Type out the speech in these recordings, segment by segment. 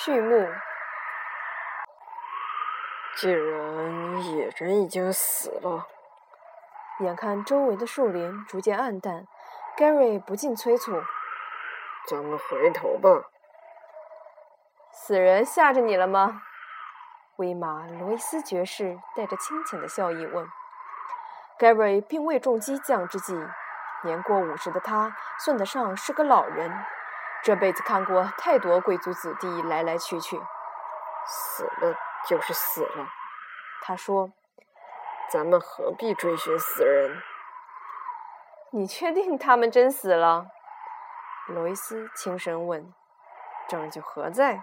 序幕。 既然野人已经死了， 眼看周围的树林逐渐暗淡，Gary 不禁催促：“ 咱们回头吧。” 死人吓着你了吗？威马罗伊斯爵士带着轻浅的笑意问。Gary 并未中激将之计，年过50的他算得上是个老人，这辈子看过太多贵族子弟来来去去。 死了就是死了， 他说， 咱们何必追寻死人？ 你确定他们真死了？罗伊斯轻声问。证据何在？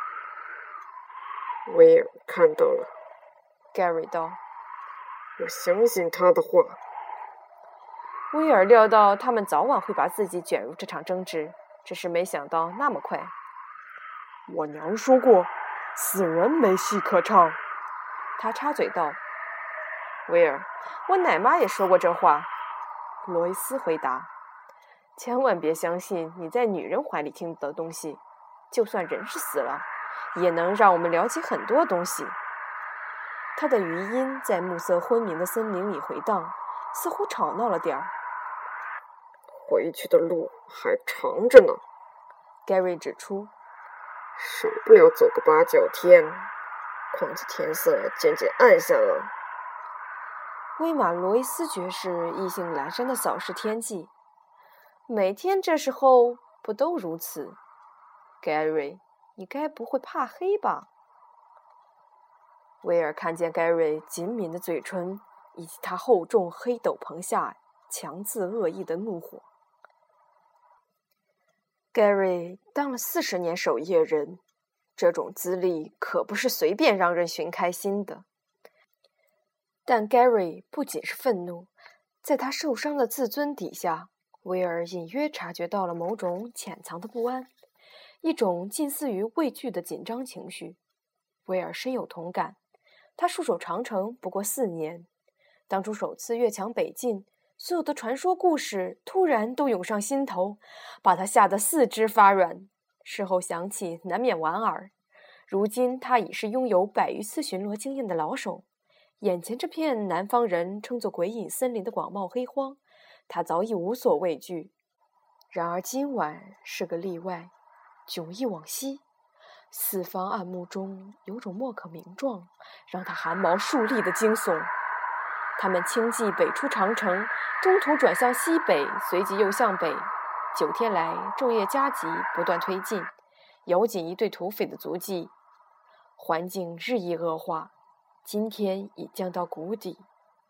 威尔看到了。 Gary 道。 我相信他的话。 威尔料到他们早晚会把自己卷入这场争执，只是没想到那么快。 我娘说过，死人没戏可唱。 他插嘴道。威尔，我奶妈也说过这话。罗伊斯回答。千万别相信你在女人怀里听的东西，就算人是死了，也能让我们了解很多东西。他的余音在暮色昏明的森林里回荡，似乎吵闹了点儿。 回去的路还长着呢。 Gary 指出， 少不了走个8、9天，况且天色渐渐暗下了。 威马罗伊斯爵士意兴阑珊地扫视天际，每天这时候不都如此 ？Gary， 你该不会怕黑吧？威尔看见 Gary 紧抿的嘴唇，以及他厚重黑斗篷下强自恶意的怒火。Gary 当了40年守夜人，这种资历可不是随便让人寻开心的。但 Gary 不仅是愤怒，在他受伤的自尊底下，威尔隐约察觉到了某种潜藏的不安，一种近似于畏惧的紧张情绪。威尔深有同感，他戍守长城不过4年，当初首次越墙北进，所有的传说故事突然都涌上心头，把他吓得四肢发软。事后想起难免莞尔，如今他已是拥有100余次巡逻经验的老手，眼前这片南方人称作鬼隐森林的广袤黑荒，他早已无所畏惧。然而今晚是个例外，迥异往昔，四方暗幕中有种莫可名状，让他汗毛竖立的惊悚。他们轻骑北出长城，中途转向西北，随即又向北。9天来昼夜加急，不断推进，咬紧一队土匪的足迹。环境日益恶化，今天已降到谷底。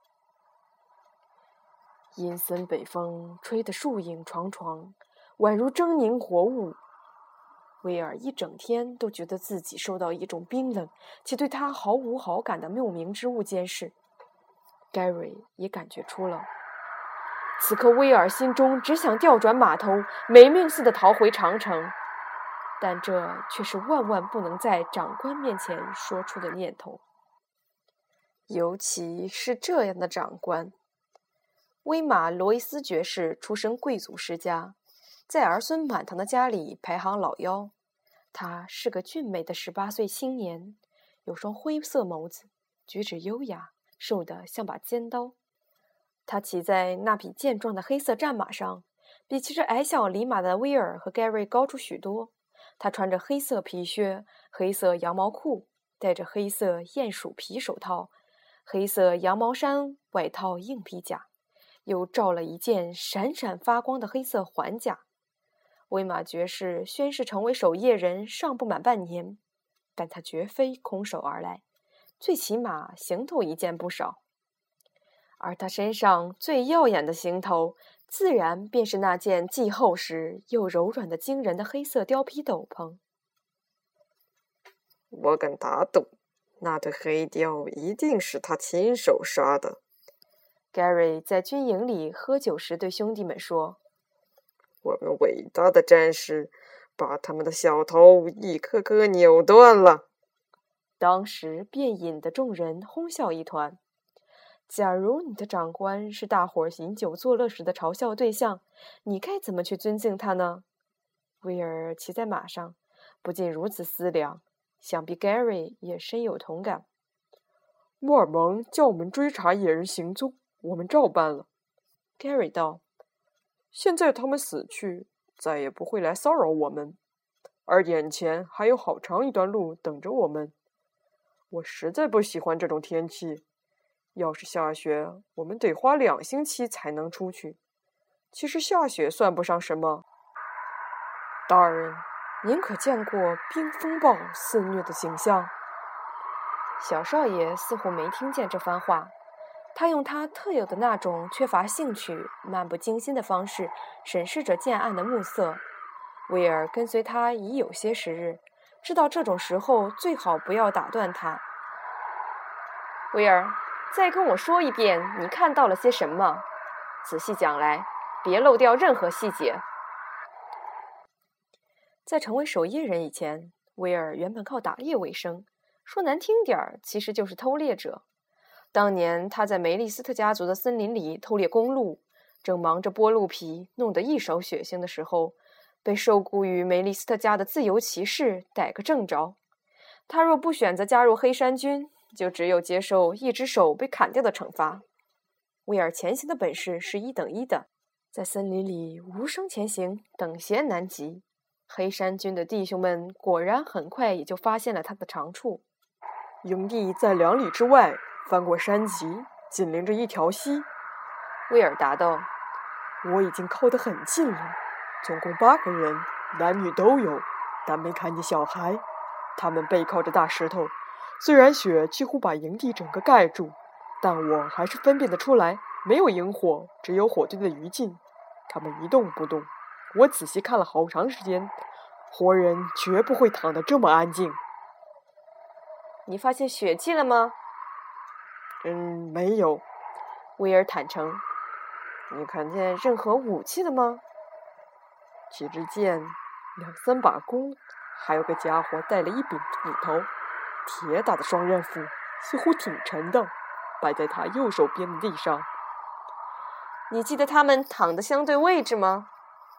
阴森北风吹得树影幢幢，宛如狰狞活物。威尔一整天都觉得自己受到一种冰冷且对他毫无好感的莫名之物监视。Gary 也感觉出了。此刻威尔心中只想调转马头，没命似的逃回长城，但这却是万万不能在长官面前说出的念头。尤其是这样的长官。威马罗伊斯爵士出身贵族世家，在儿孙满堂的家里排行老幺。他是个俊美的18岁青年，有双灰色眸子，举止优雅，瘦得像把尖刀。他骑在那匹健壮的黑色战马上，比骑着矮小里马的威尔和 Gary 高出许多。他穿着黑色皮靴、黑色羊毛裤，戴着黑色鼹鼠皮手套、黑色羊毛衫外套硬皮甲，又罩了一件闪闪发光的黑色环甲。威马爵士宣誓成为守夜人尚不满半年，但他绝非空手而来，最起码行头一件不少。而他身上最耀眼的行头，自然便是那件既厚实又柔软的惊人的黑色貂皮斗篷。 我敢打赌，那对黑貂一定是他亲手杀的。 Gary 在军营里喝酒时对兄弟们说， 我们伟大的战士把他们的小头一颗颗扭断了。 当时便引得众人哄笑一团。假如你的长官是大伙儿饮酒作乐时的嘲笑对象，你该怎么去尊敬他呢？威尔骑在马上， 不禁如此思量，想必 Gary 也深有同感。 莫尔蒙叫我们追查野人行踪，我们照办了。 Gary 道： 现在他们死去，再也不会来骚扰我们，而眼前还有好长一段路等着我们。我实在不喜欢这种天气，要是下雪，我们得花2星期才能出去。其实下雪算不上什么。 大人，您可见过冰风暴肆虐的景象？小少爷似乎没听见这番话，他用他特有的那种缺乏兴趣、漫不经心的方式审视着渐暗的暮色。威尔跟随他已有些时日，知道这种时候最好不要打断他。威尔，再跟我说一遍，你看到了些什么？仔细讲来，别漏掉任何细节。在成为守夜人以前，威尔原本靠打猎为生，说难听点儿，其实就是偷猎者。当年他在梅利斯特家族的森林里偷猎公鹿，正忙着剥鹿皮，弄得一手血腥的时候，被受雇于梅利斯特家的自由骑士逮个正着。他若不选择加入黑山军，就只有接受一只手被砍掉的惩罚。威尔前行的本事是1等1的，在森林里无声前行，等闲难及。黑山军的弟兄们果然很快也就发现了他的长处。 营地在2里之外，翻过山脊，紧邻着一条溪。 威尔答道： 我已经靠得很近了，总共8个人，男女都有，但没看见小孩。他们背靠着大石头，虽然雪几乎把营地整个盖住，但我还是分辨得出来，没有营火，只有火堆的余烬。他们一动不动。我仔细看了好长时间，活人绝不会躺得这么安静。 你发现血迹了吗？ 没有。 威尔坦诚。你看见任何武器了吗？ 几支箭，2、3把弓，还有个家伙带了一柄斧头，铁打的双刃斧，似乎挺沉的，摆在他右手边的地上。 你记得他们躺的相对位置吗？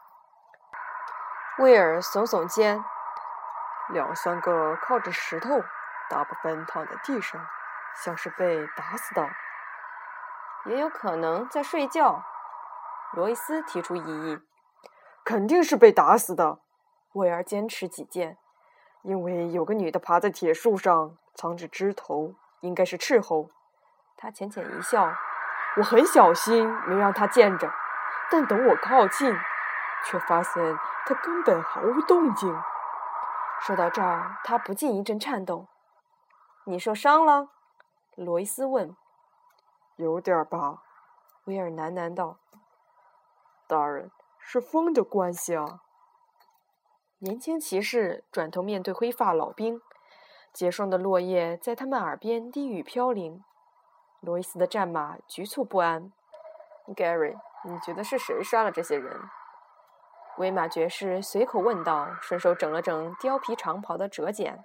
威尔耸耸肩。 2、3个靠着石头，大部分躺在地上，像是被打死的。 也有可能在睡觉。罗伊斯提出异议。 肯定是被打死的。 威尔坚持己见。 因为有个女的爬在铁树上，藏着枝头，应该是斥候。 他浅浅一笑。 我很小心，没让她见着，但等我靠近，却发现她根本毫无动静。 说到这儿，他不禁一阵颤抖。你受伤了？罗伊斯问。 有点吧。 威尔喃喃道。 大人，是风的关系啊。 年轻骑士转头面对灰发老兵，结霜的落叶在他们耳边低语飘零。罗伊斯的战马局促不安。Gary， 你觉得是谁杀了这些人？威马爵士随口问道，顺手整了整貂皮长袍的折剪。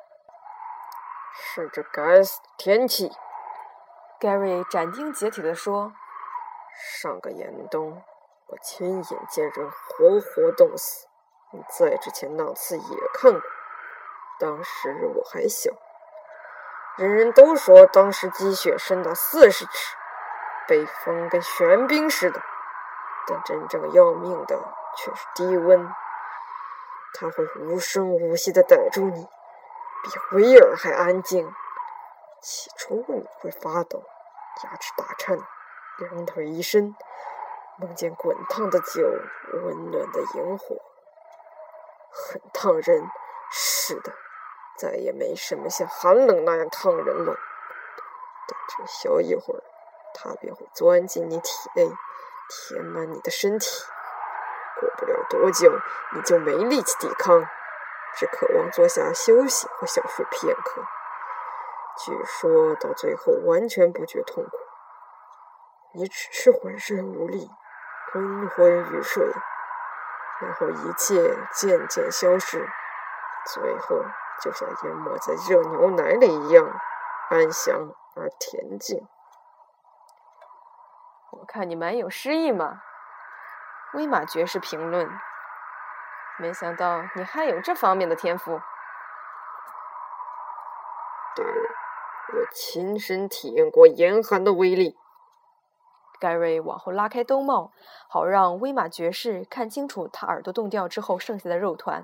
是这该死的天气。 Gary 斩钉截铁地说。 上个严冬，我亲眼见人活活冻死。你在之前那次也看过，当时我还小。人人都说当时积雪深达40尺，北风跟玄冰似的，但真正要命的却是低温。它会无声无息地逮住你，比威尔还安静。起初你会发抖，牙齿打颤，两腿一伸，梦见滚烫的酒，温暖的萤火，很烫人。是的，再也没什么像寒冷那样烫人了。但只消一会儿，它便会钻进你体内，填满你的身体。过不了多久，你就没力气抵抗，只渴望坐下休息或小睡片刻。据说到最后完全不觉痛苦，你只是浑身无力，昏昏欲睡，然后一切渐渐消失，最后就像淹没在热牛奶里一样，安详而恬静。 我看你蛮有诗意嘛，威马爵士评论。 没想到你还有这方面的天赋。 大人，我亲身体验过严寒的威力。 盖瑞往后拉开兜帽，好让威马爵士看清楚他耳朵冻掉之后剩下的肉团。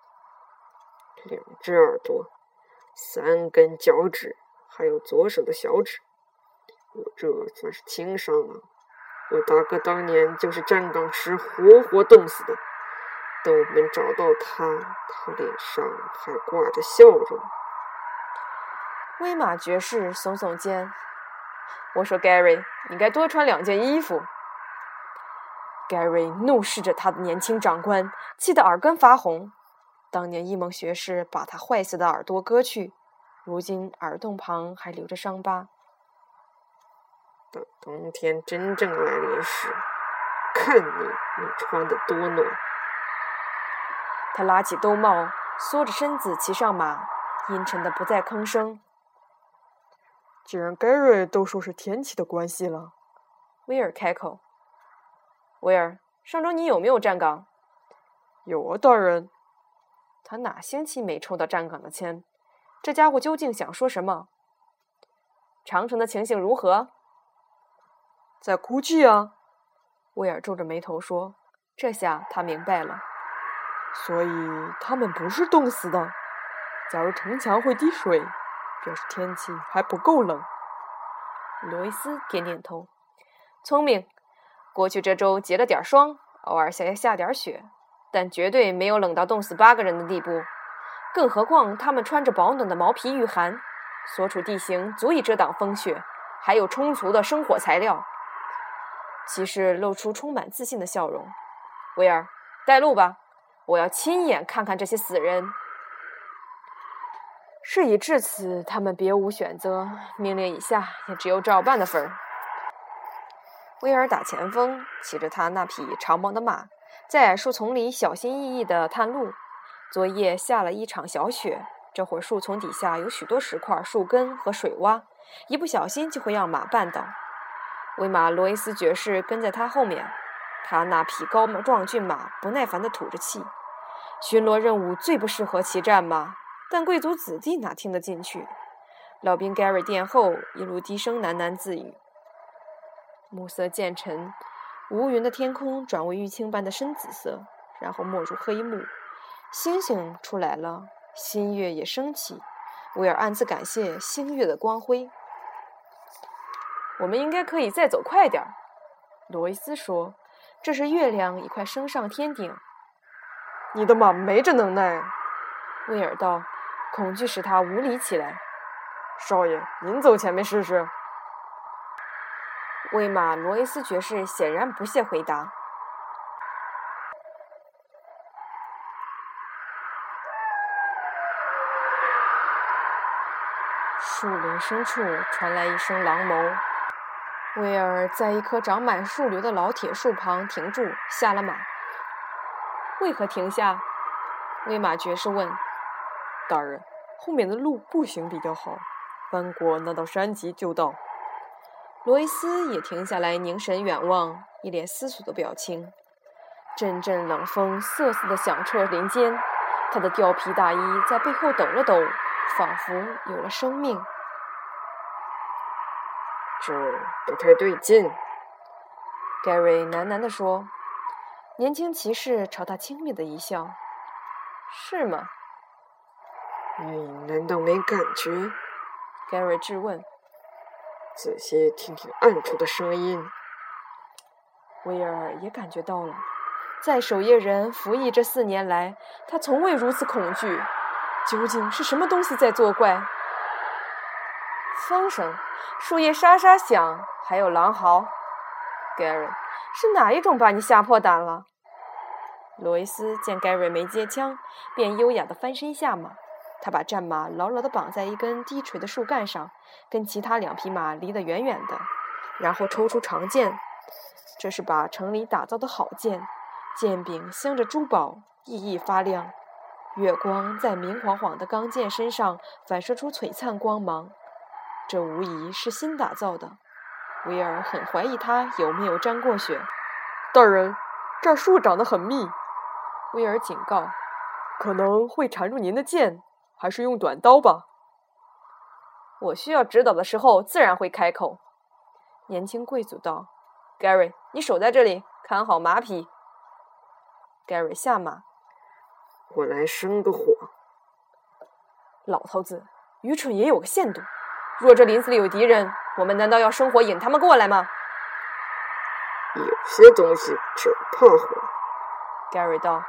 2只耳朵，3根脚趾，还有左手的小指。我这算是轻伤了。我大哥当年就是站岗时活活冻死的。等我们找到他脸上还挂着笑容。 威马爵士耸耸肩，我说 Gary， 你该多穿2件衣服。Gary 怒视着他的年轻长官，气得耳根发红。当年伊蒙学士把他坏死的耳朵割去，如今耳洞旁还留着伤疤。 等冬天真正来临时，看你穿得多暖。 他拉起兜帽，缩着身子骑上马，阴沉的不再吭声。 既然盖瑞都说是天气的关系了， 威尔开口。威尔，上周你有没有站岗？ 有啊，大人。 他哪星期没抽到站岗的签？这家伙究竟想说什么？长城的情形如何？ 在哭泣啊。 威尔皱着眉头说。这下他明白了。 所以他们不是冻死的。假如城墙会滴水，表示天气还不够冷。 罗伊斯点点头。聪明。过去这周结了点霜，偶尔下点雪，但绝对没有冷到冻死8个人的地步。更何况他们穿着保暖的毛皮御寒，所处地形足以遮挡风雪，还有充足的生火材料。骑士露出充满自信的笑容。威尔，带路吧，我要亲眼看看这些死人。事已至此，他们别无选择，命令以下也只有照办的份儿。威尔打前锋，骑着他那匹长毛的马，在矮树丛里小心翼翼地探路。昨夜下了一场小雪，这会儿树丛底下有许多石块、树根和水洼，一不小心就会让马绊倒。威马罗伊斯爵士跟在他后面，他那匹高壮骏马不耐烦地吐着气。巡逻任务最不适合骑战马，但贵族子弟哪听得进去？老兵 Gary 殿后，一路低声喃喃自语。暮色渐沉，无云的天空转为玉青般的深紫色，然后没入黑幕。星星出来了，新月也升起。威尔暗自感谢星月的光辉。我们应该可以再走快点儿，罗伊斯说。这时月亮已快升上天顶。 你的马没这能耐。 威尔道，恐惧使他无理起来。 少爷，您走前面试试。 威马罗伊斯爵士显然不屑回答。树林深处传来一声狼哞。威尔在一棵长满树瘤的老铁树旁停住，下了马。为何停下？威马爵士问。 大人，后面的路步行比较好，翻过那道山脊就到。 罗伊斯也停下来，凝神远望，一脸思索的表情。阵阵冷风瑟瑟地响彻林间，他的貂皮大衣在背后抖了抖，仿佛有了生命。 这不太对劲。 Gary 喃喃地说。年轻骑士朝他轻蔑的一笑。是吗？ 你难道没感觉？ Gary 质问。 仔细听听暗处的声音。 威尔也感觉到了，在守夜人服役这4年来，他从未如此恐惧。究竟是什么东西在作怪？风声，树叶沙沙响，还有狼嚎。Gary， 是哪一种把你吓破胆了？罗伊斯见 Gary 没接枪，便优雅地翻身下马。他把战马牢牢地绑在一根低垂的树干上，跟其他2匹马离得远远的，然后抽出长剑。这是把城里打造的好剑，剑柄镶着珠宝，熠熠发亮。月光在明晃晃的钢剑身上反射出璀璨光芒，这无疑是新打造的。威尔很怀疑他有没有沾过血。 大人，这树长得很密。 威尔警告：“ 可能会缠住您的剑，还是用短刀吧。” 我需要指导的时候，自然会开口。年轻贵族道 ：“Gary， 你守在这里，看好马匹。”Gary 下马：“ 我来生个火。” 老头子，愚蠢也有个限度。若这林子里有敌人，我们难道要生火引他们过来吗？ 有些东西只怕火。 Gary 道：“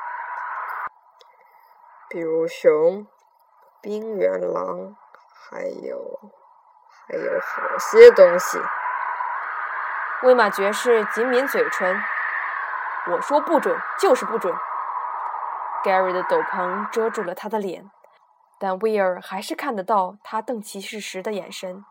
比如熊、冰原狼，还有好些东西。” 威马爵士紧抿嘴唇：“我说不准，就是不准。”Gary 的斗篷遮住了他的脸，但威尔还是看得到他瞪骑士时的眼神。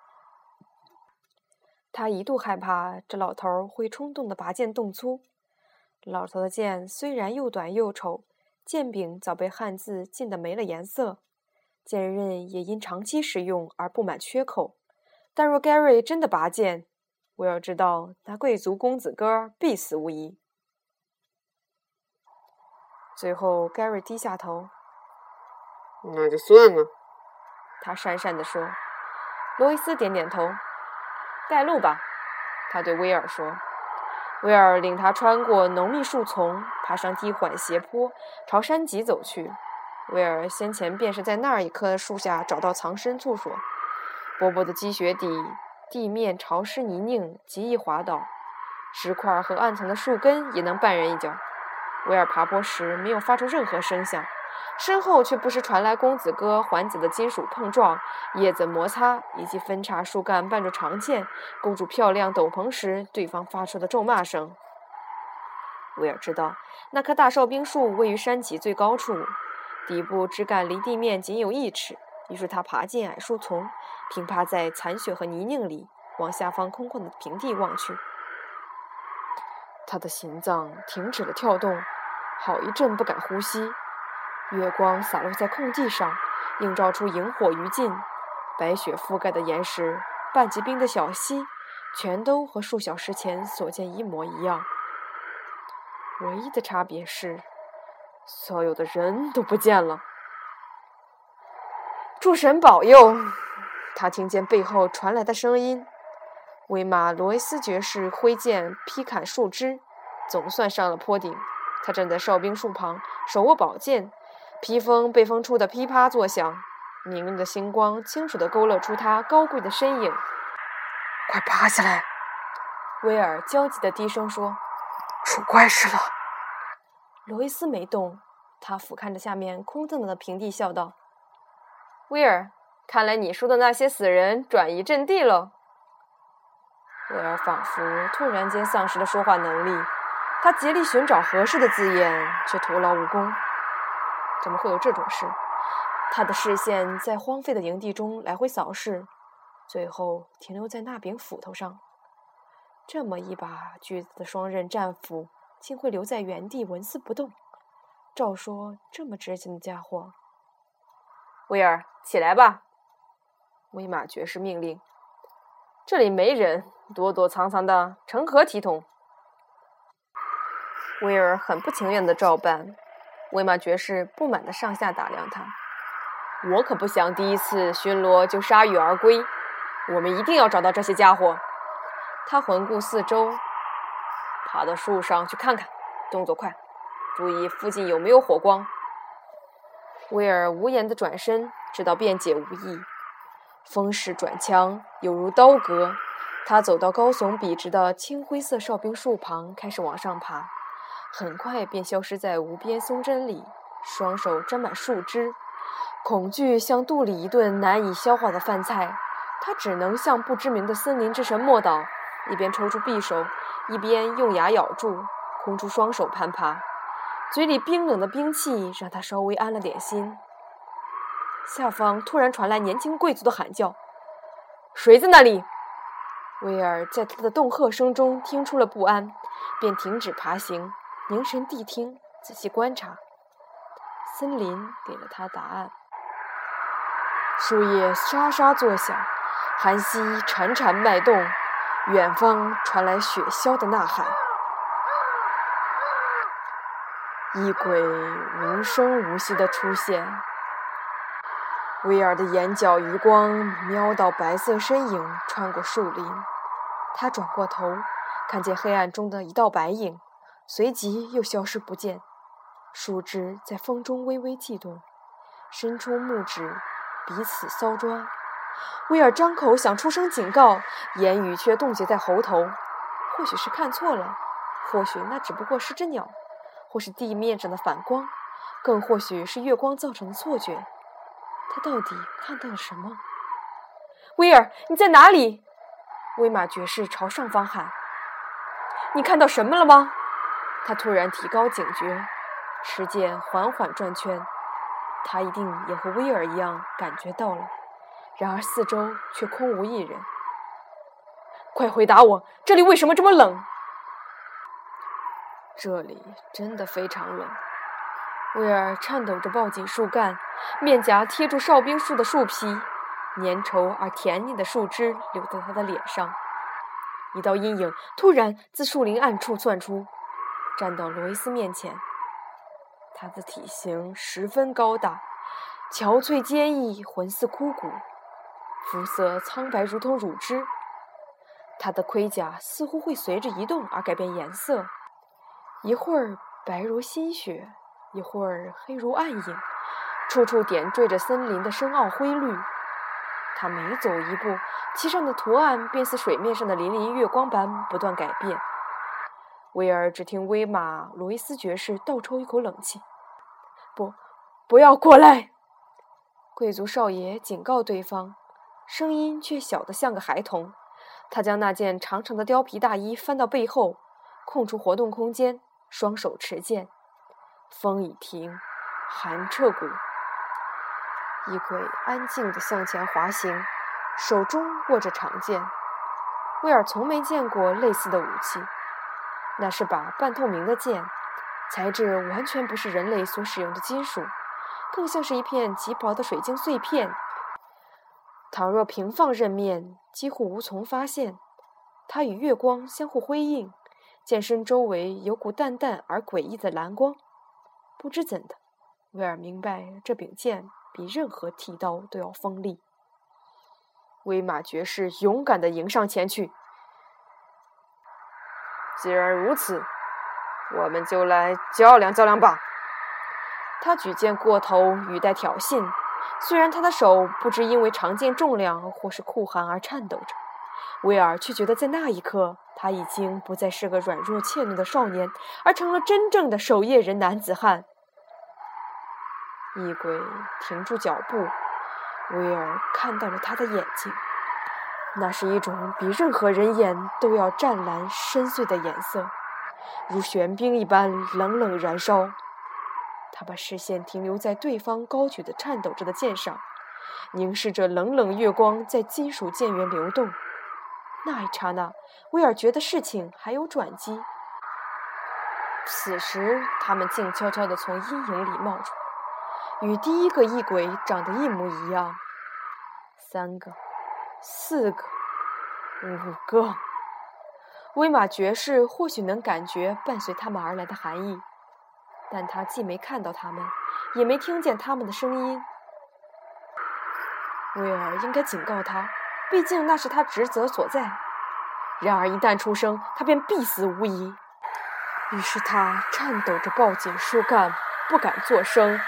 他一度害怕这老头会冲动地拔剑动粗。老头的剑虽然又短又丑，剑柄早被汉字浸得没了颜色，剑刃也因长期使用而布满缺口。但若 Gary 真的拔剑，威尔知道那贵族公子哥必死无疑。最后 Gary 低下头：“ 那就算了。” 他讪讪地说。罗伊斯点点头：“带路吧。”他对威尔说。威尔领他穿过浓密树丛，爬上低缓斜坡，朝山脊走去。威尔先前便是在那儿一棵树下找到藏身处所。薄薄的积雪底，地面潮湿泥泞，极易滑倒，石块和暗藏的树根也能绊人一脚。威尔爬坡时没有发出任何声响，身后却不时传来公子哥环子的金属碰撞、叶子摩擦以及分叉树干绊住长剑、勾住漂亮斗篷时对方发出的咒骂声。威尔知道那棵大哨兵树位于山脊最高处，底部枝干离地面仅有1尺，于是他爬进矮树丛，平趴在残雪和泥泞里，往下方空旷的平地望去。他的心脏停止了跳动，好一阵不敢呼吸。月光洒落在空地上，映照出萤火余烬。白雪覆盖的岩石，半结冰的小溪，全都和数小时前所见一模一样。唯一的差别是，所有的人都不见了。诸神保佑！他听见背后传来的声音。威马罗伊斯爵士挥剑劈砍树枝，总算上了坡顶。他站在哨兵树旁，手握宝剑，披风被风出的噼啪作响，明亮的星光清楚地勾勒出他高贵的身影。 快趴下来！ 威尔焦急地低声说：“ 出怪事了。” 罗伊斯没动，他俯瞰着下面空荡荡的平地，笑道：“威尔，看来你说的那些死人转移阵地了。”威尔仿佛突然间丧失了说话能力，他竭力寻找合适的字眼，却徒劳无功。怎么会有这种事？他的视线在荒废的营地中来回扫视，最后停留在那柄斧头上。这么一把锯子的双刃战斧，竟会留在原地纹丝不动。照说这么值钱的家伙，威尔，起来吧！威马爵士命令。这里没人，躲躲藏藏的，成何体统？威尔很不情愿地照办。威马爵士不满地上下打量他。我可不想第一次巡逻就铩羽而归，我们一定要找到这些家伙。他环顾四周，爬到树上去看看，动作快，注意附近有没有火光。威尔无言地转身，知道辩解无益。风势转枪，犹如刀割。他走到高耸笔直的青灰色哨兵树旁，开始往上爬，很快便消失在无边松针里，双手沾满树枝。恐惧像肚里一顿难以消化的饭菜，他只能向不知名的森林之神默祷，一边抽出匕首，一边用牙咬住，空出双手攀爬。嘴里冰冷的兵器让他稍微安了点心。下方突然传来年轻贵族的喊叫：“谁在那里？”威尔在他的恫吓声中听出了不安，便停止爬行，凝神谛听，仔细观察。森林给了他答案。树叶沙沙作响，寒溪潺潺脉动，远方传来雪橇的呐喊。 异鬼无声无息地出现。威尔的眼角余光瞄到白色身影穿过树林，他转过头，看见黑暗中的一道白影，随即又消失不见。树枝在风中微微悸动，伸出木指彼此搔抓。威尔张口想出声警告，言语却冻结在喉头。或许是看错了，或许那只不过是只鸟，或是地面上的反光，更或许是月光造成的错觉。他到底看到了什么？威尔，你在哪里？威马爵士朝上方喊。你看到什么了吗？他突然提高警觉，持剑缓缓转圈。他一定也和威尔一样感觉到了，然而四周却空无一人。快回答我，这里为什么这么冷？这里真的非常冷。威尔颤抖着抱紧树干，面颊贴住哨兵树的树皮，粘稠而甜腻的树枝流到他的脸上。一道阴影突然自树林暗处窜出，站到罗伊斯面前。他的体型十分高大，憔悴坚毅，浑似枯骨，肤色苍白如同乳汁。他的盔甲似乎会随着移动而改变颜色，一会儿白如新雪，一会儿黑如暗影，处处点缀着森林的深奥灰绿。他每走一步，其上的图案便似水面上的粼粼月光般不断改变。威尔只听威马罗伊斯爵士倒抽一口冷气：“不要过来！”贵族少爷警告对方，声音却小得像个孩童。他将那件长长的貂皮大衣翻到背后，空出活动空间，双手持剑。风已停，寒彻骨。异鬼安静地向前滑行，手中握着长剑。威尔从没见过类似的武器，那是把半透明的剑，材质完全不是人类所使用的金属，更像是一片极薄的水晶碎片。倘若平放刃面，几乎无从发现它与月光相互辉映，剑身周围有股淡淡而诡异的蓝光。不知怎的，威尔明白这柄剑比任何剃刀都要锋利。威马爵士勇敢地迎上前去。 既然如此，我们就来较量较量吧。 他举剑过头，语带挑衅。虽然他的手不知因为长剑重量或是酷寒而颤抖着，威尔却觉得在那一刻，他已经不再是个软弱怯懦的少年，而成了真正的守夜人男子汉。异鬼停住脚步，威尔看到了他的眼睛，那是一种比任何人眼都要湛蓝深邃的颜色，如玄冰一般冷冷燃烧。他把视线停留在对方高举的颤抖着的剑上，凝视着冷冷月光在金属剑缘流动。那一刹那，威尔觉得事情还有转机。此时他们静悄悄地从阴影里冒出，与第一个异鬼长得一模一样。3个、4个、5个。威马爵士或许能感觉伴随他们而来的寒意，但他既没看到他们，也没听见他们的声音。威尔应该警告他，毕竟那是他职责所在。然而一旦出声，他便必死无疑。于是他颤抖着抱紧树干，不敢作声。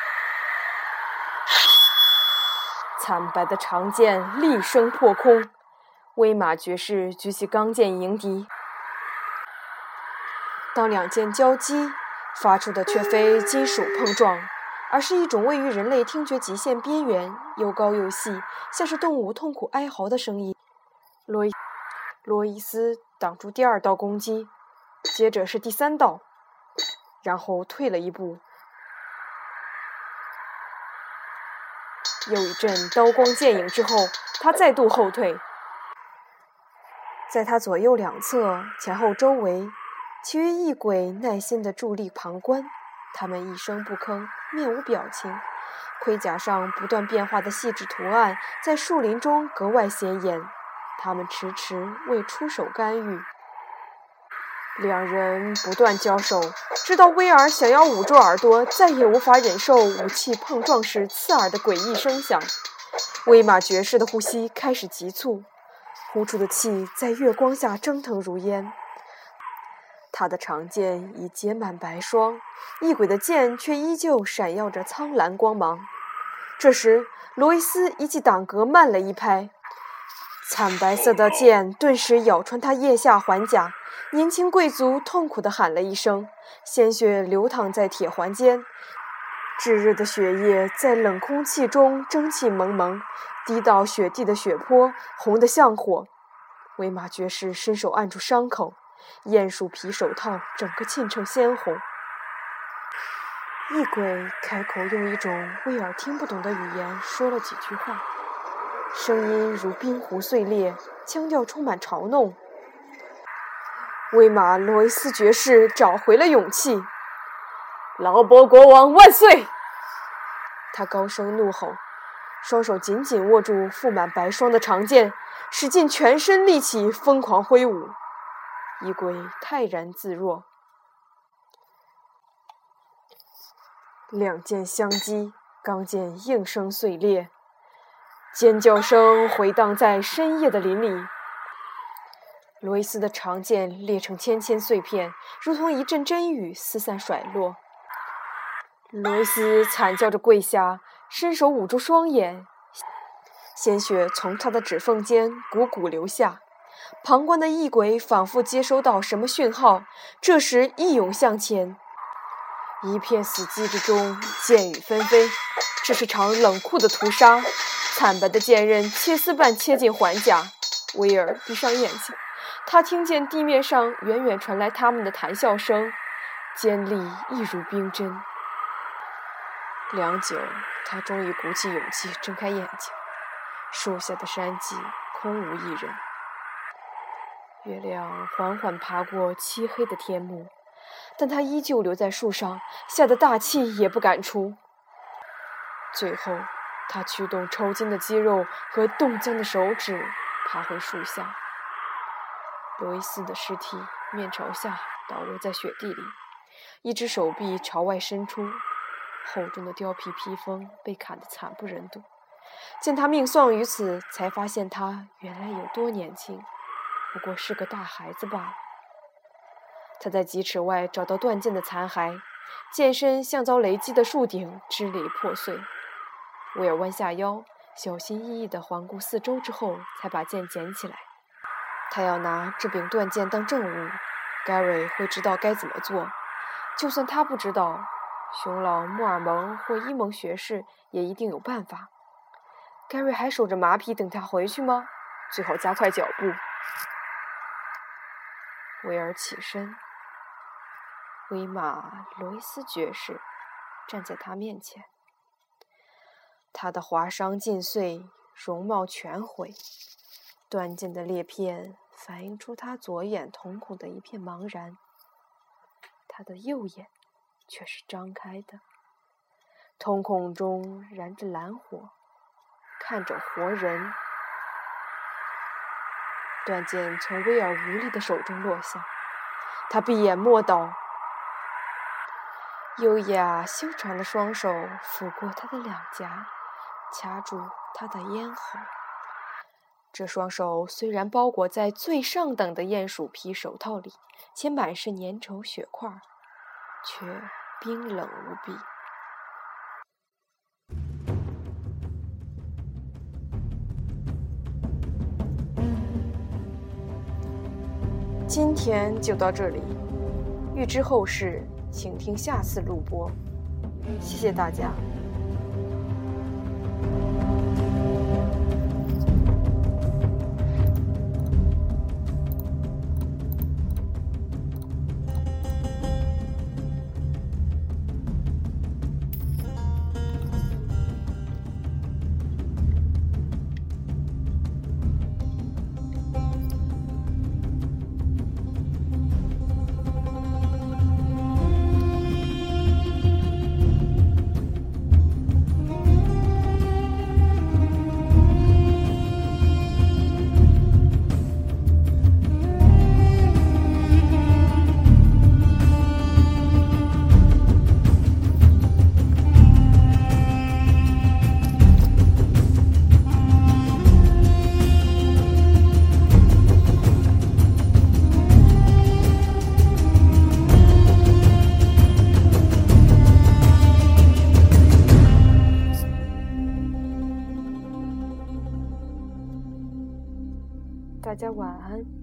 惨白的长剑厉声破空，威马爵士举起钢剑迎敌。当两剑交击，发出的却非金属碰撞，而是一种位于人类听觉极限边缘，又高又细，像是动物痛苦哀嚎的声音。罗伊斯挡住第2道攻击，接着是第3道，然后退了一步。又一阵刀光剑影之后，他再度后退。在他左右两侧、前后周围，其余异鬼耐心地伫立旁观，他们一声不吭，面无表情。盔甲上不断变化的细致图案在树林中格外显眼，他们迟迟未出手干预。 两人不断交手，直到威尔想要捂住耳朵，再也无法忍受武器碰撞时刺耳的诡异声响。威马爵士的呼吸开始急促，呼出的气在月光下蒸腾如烟。他的长剑已结满白霜，异鬼的剑却依旧闪耀着苍蓝光芒。这时，罗伊斯一记挡格慢了一拍，惨白色的剑顿时咬穿他腋下环甲。年轻贵族痛苦地喊了一声，鲜血流淌在铁环间，炙热的血液在冷空气中蒸汽蒙蒙，滴到雪地的血泊红得像火。威马爵士伸手按住伤口，鼹鼠皮手套整个沁成鲜红。异鬼开口用一种威尔听不懂的语言说了几句话，声音如冰湖碎裂，腔调充满嘲弄。威马罗伊斯爵士找回了勇气。劳勃国王万岁！他高声怒吼，双手紧紧握住覆满白霜的长剑，使尽全身力气疯狂挥舞。异鬼泰然自若。两剑相击，钢剑应声碎裂，尖叫声回荡在深夜的林里。罗伊斯的长剑裂成千千碎片，如同一阵阵雨四散甩落。罗伊斯惨叫着跪下，伸手捂住双眼，鲜血从他的指缝间汩汩流下。旁观的异鬼仿佛接收到什么讯号，这时一涌向前。一片死寂之中，剑雨纷飞，这是场冷酷的屠杀。惨白的剑刃切丝般切进环甲。威尔闭上眼睛，他听见地面上远远传来他们的谈笑声，尖利一如冰针。良久，他终于鼓起勇气睁开眼睛。树下的山脊空无一人，月亮缓缓爬过漆黑的天幕，但他依旧留在树上，吓得大气也不敢出。最后，他驱动抽筋的肌肉和冻僵的手指爬回树下。罗伊斯的尸体面朝下倒落在雪地里，一只手臂朝外伸出，厚重的貂皮披风被砍得惨不忍睹。见他命丧于此，才发现他原来有多年轻，不过是个大孩子罢了。他在几尺外找到断剑的残骸，剑身像遭雷击的树顶支离破碎。威尔弯下腰，小心翼翼地环顾四周之后，才把剑捡起来。他要拿这柄断剑当证物，Gary会知道该怎么做。就算他不知道，熊老穆尔蒙或伊蒙学士也一定有办法。Gary还守着马匹等他回去吗？最好加快脚步。威尔起身，威马罗伊斯爵士站在他面前。他的华裳尽碎，容貌全毁，断剑的裂片反映出他左眼瞳孔的一片茫然，他的右眼却是张开的，瞳孔中燃着蓝火，看着活人。断剑从威尔无力的手中落下，他闭眼默祷，优雅修长的双手抚过他的两颊，掐住他的咽喉。这双手虽然包裹在最上等的鼹鼠皮手套里，且满是粘稠血块，却冰冷无比。今天就到这里，欲知后事，请听下次录播。谢谢大家。 大家晚安。